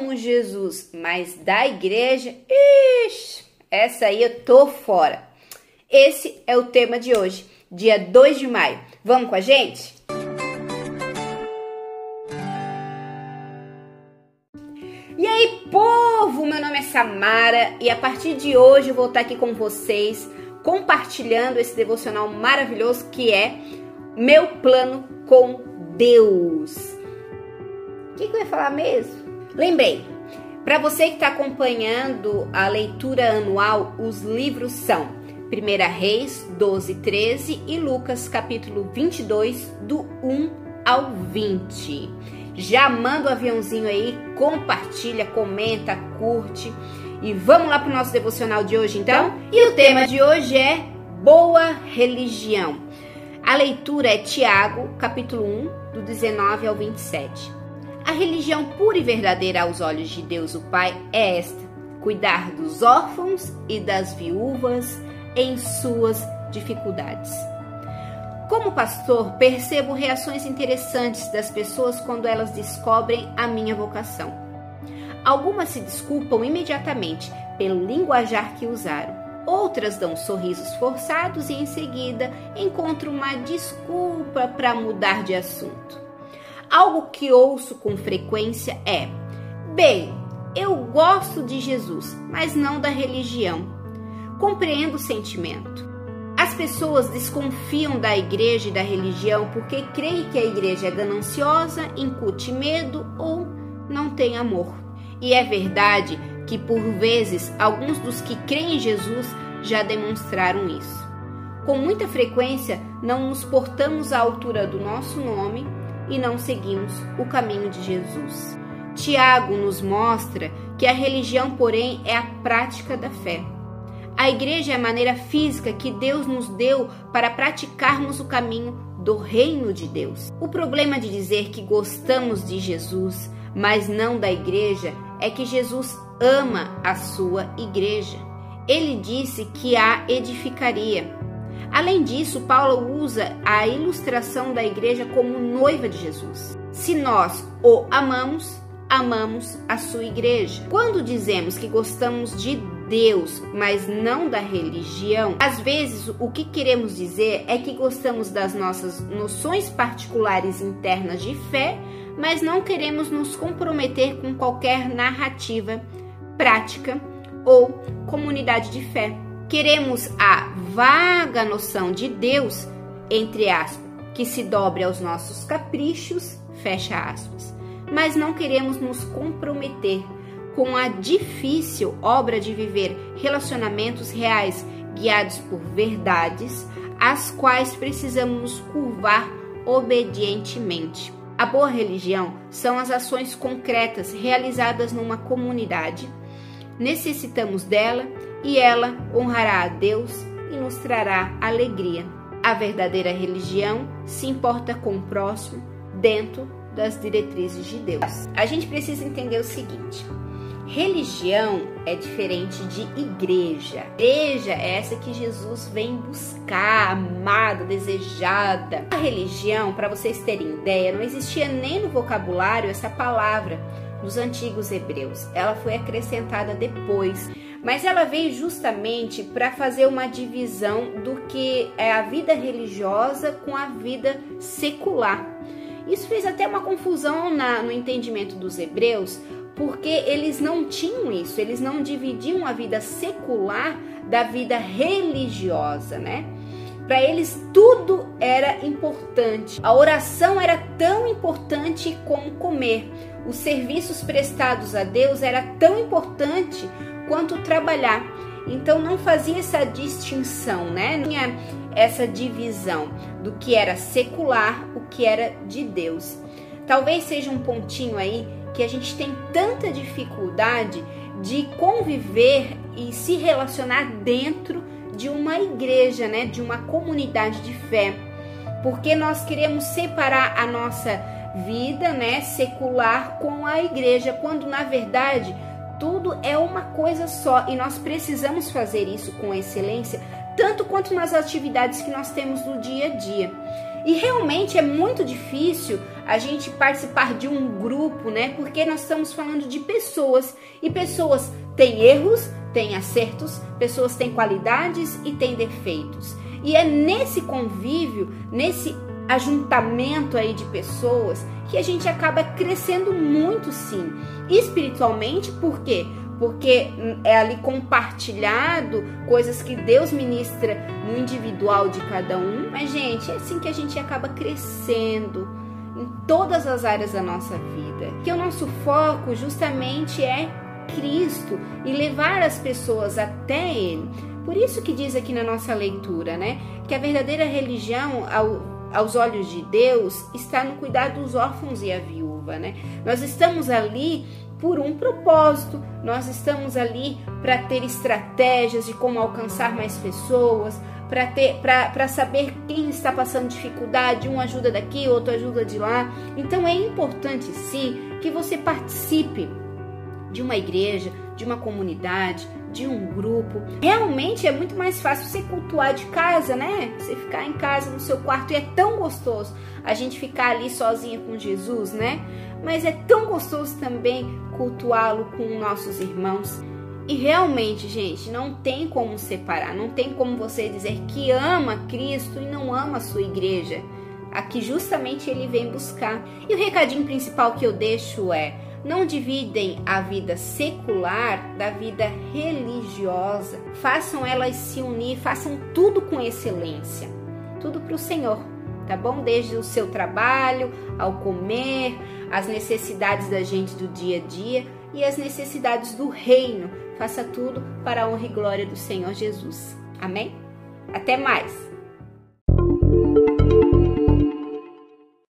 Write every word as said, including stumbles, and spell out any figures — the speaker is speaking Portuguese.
amo Jesus, mas da igreja, ixi, essa aí eu tô fora. Esse é o tema de hoje, dia dois de maio. Vamos com a gente? E aí, povo, meu nome é Samara e a partir de hoje eu vou estar aqui com vocês compartilhando esse devocional maravilhoso que é Meu Plano com Deus. O que, que eu ia falar mesmo? Lembrei, para você que está acompanhando a leitura anual, os livros são primeira Reis doze, treze e Lucas capítulo vinte e dois, do um ao vinte. Já manda o aviãozinho aí, compartilha, comenta, curte. E vamos lá para o nosso devocional de hoje, então? E o tema de hoje é boa religião. A leitura é Tiago, capítulo um, do dezenove ao vinte e sete. A religião pura e verdadeira aos olhos de Deus o Pai é esta: cuidar dos órfãos e das viúvas em suas dificuldades. Como pastor, percebo reações interessantes das pessoas quando elas descobrem a minha vocação. Algumas se desculpam imediatamente pelo linguajar que usaram. Outras dão sorrisos forçados e em seguida encontram uma desculpa para mudar de assunto. Algo que ouço com frequência é: bem, eu gosto de Jesus, mas não da religião. Compreendo o sentimento. As pessoas desconfiam da igreja e da religião porque creem que a igreja é gananciosa, incute medo ou não tem amor. E é verdade que, por vezes, alguns dos que creem em Jesus já demonstraram isso. Com muita frequência, não nos portamos à altura do nosso nome e não seguimos o caminho de Jesus. Tiago nos mostra que a religião, porém, é a prática da fé. A igreja é a maneira física que Deus nos deu para praticarmos o caminho do reino de Deus. O problema de dizer que gostamos de Jesus, mas não da igreja, é que Jesus ama a sua igreja. Ele disse que a edificaria. Além disso, Paulo usa a ilustração da igreja como noiva de Jesus. Se nós o amamos, amamos a sua igreja. Quando dizemos que gostamos de Deus, mas não da religião, às vezes o que queremos dizer é que gostamos das nossas noções particulares internas de fé, mas não queremos nos comprometer com qualquer narrativa, prática ou comunidade de fé. Queremos a vaga noção de Deus, entre aspas, que se dobre aos nossos caprichos, fecha aspas, mas não queremos nos comprometer com a difícil obra de viver relacionamentos reais guiados por verdades, às quais precisamos nos curvar obedientemente. A boa religião são as ações concretas realizadas numa comunidade. Necessitamos dela e ela honrará a Deus e nos trará alegria. A verdadeira religião se importa com o próximo dentro das diretrizes de Deus. A gente precisa entender o seguinte: religião é diferente de igreja. Igreja é essa que Jesus vem buscar, amada, desejada. A religião, para vocês terem ideia, não existia nem no vocabulário essa palavra nos antigos hebreus. Ela foi acrescentada depois, mas ela veio justamente para fazer uma divisão do que é a vida religiosa com a vida secular. Isso fez até uma confusão na, no entendimento dos hebreus, porque eles não tinham isso, eles não dividiam a vida secular da vida religiosa, né? Para eles tudo era importante. A oração era tão importante como comer. Os serviços prestados a Deus era tão importante quanto trabalhar. Então não fazia essa distinção, né? Não tinha essa divisão do que era secular, o que era de Deus. Talvez seja um pontinho aí que a gente tem tanta dificuldade de conviver e se relacionar dentro de uma igreja, né, de uma comunidade de fé, porque nós queremos separar a nossa vida, né, secular com a igreja, quando na verdade tudo é uma coisa só e nós precisamos fazer isso com excelência, tanto quanto nas atividades que nós temos no dia a dia. E realmente é muito difícil a gente participar de um grupo, né? Porque nós estamos falando de pessoas. E pessoas têm erros, têm acertos, pessoas têm qualidades e têm defeitos. E é nesse convívio, nesse ajuntamento aí de pessoas, que a gente acaba crescendo muito, sim. Espiritualmente, por quê? Porque é ali compartilhado coisas que Deus ministra no individual de cada um. Mas, gente, é assim que a gente acaba crescendo em todas as áreas da nossa vida. Que o nosso foco justamente é Cristo e levar as pessoas até Ele. Por isso que diz aqui na nossa leitura, né? Que a verdadeira religião, ao, aos olhos de Deus, está no cuidar dos órfãos e a viúva, né? Nós estamos ali por um propósito, nós estamos ali para ter estratégias de como alcançar mais pessoas, para ter, para saber quem está passando dificuldade, um ajuda daqui, outro ajuda de lá. Então é importante sim que você participe de uma igreja, de uma comunidade, de um grupo. Realmente é muito mais fácil você cultuar de casa, né? Você ficar em casa no seu quarto, e é tão gostoso a gente ficar ali sozinha com Jesus, né? Mas é tão gostoso também cultuá-lo com nossos irmãos. E realmente, gente, não tem como separar, não tem como você dizer que ama Cristo e não ama a sua igreja. Aqui justamente ele vem buscar. E o recadinho principal que eu deixo é: não dividem a vida secular da vida religiosa. Façam elas se unir, façam tudo com excelência. Tudo para o Senhor, tá bom? Desde o seu trabalho, ao comer, as necessidades da gente do dia a dia e as necessidades do reino. Faça tudo para a honra e glória do Senhor Jesus. Amém? Até mais!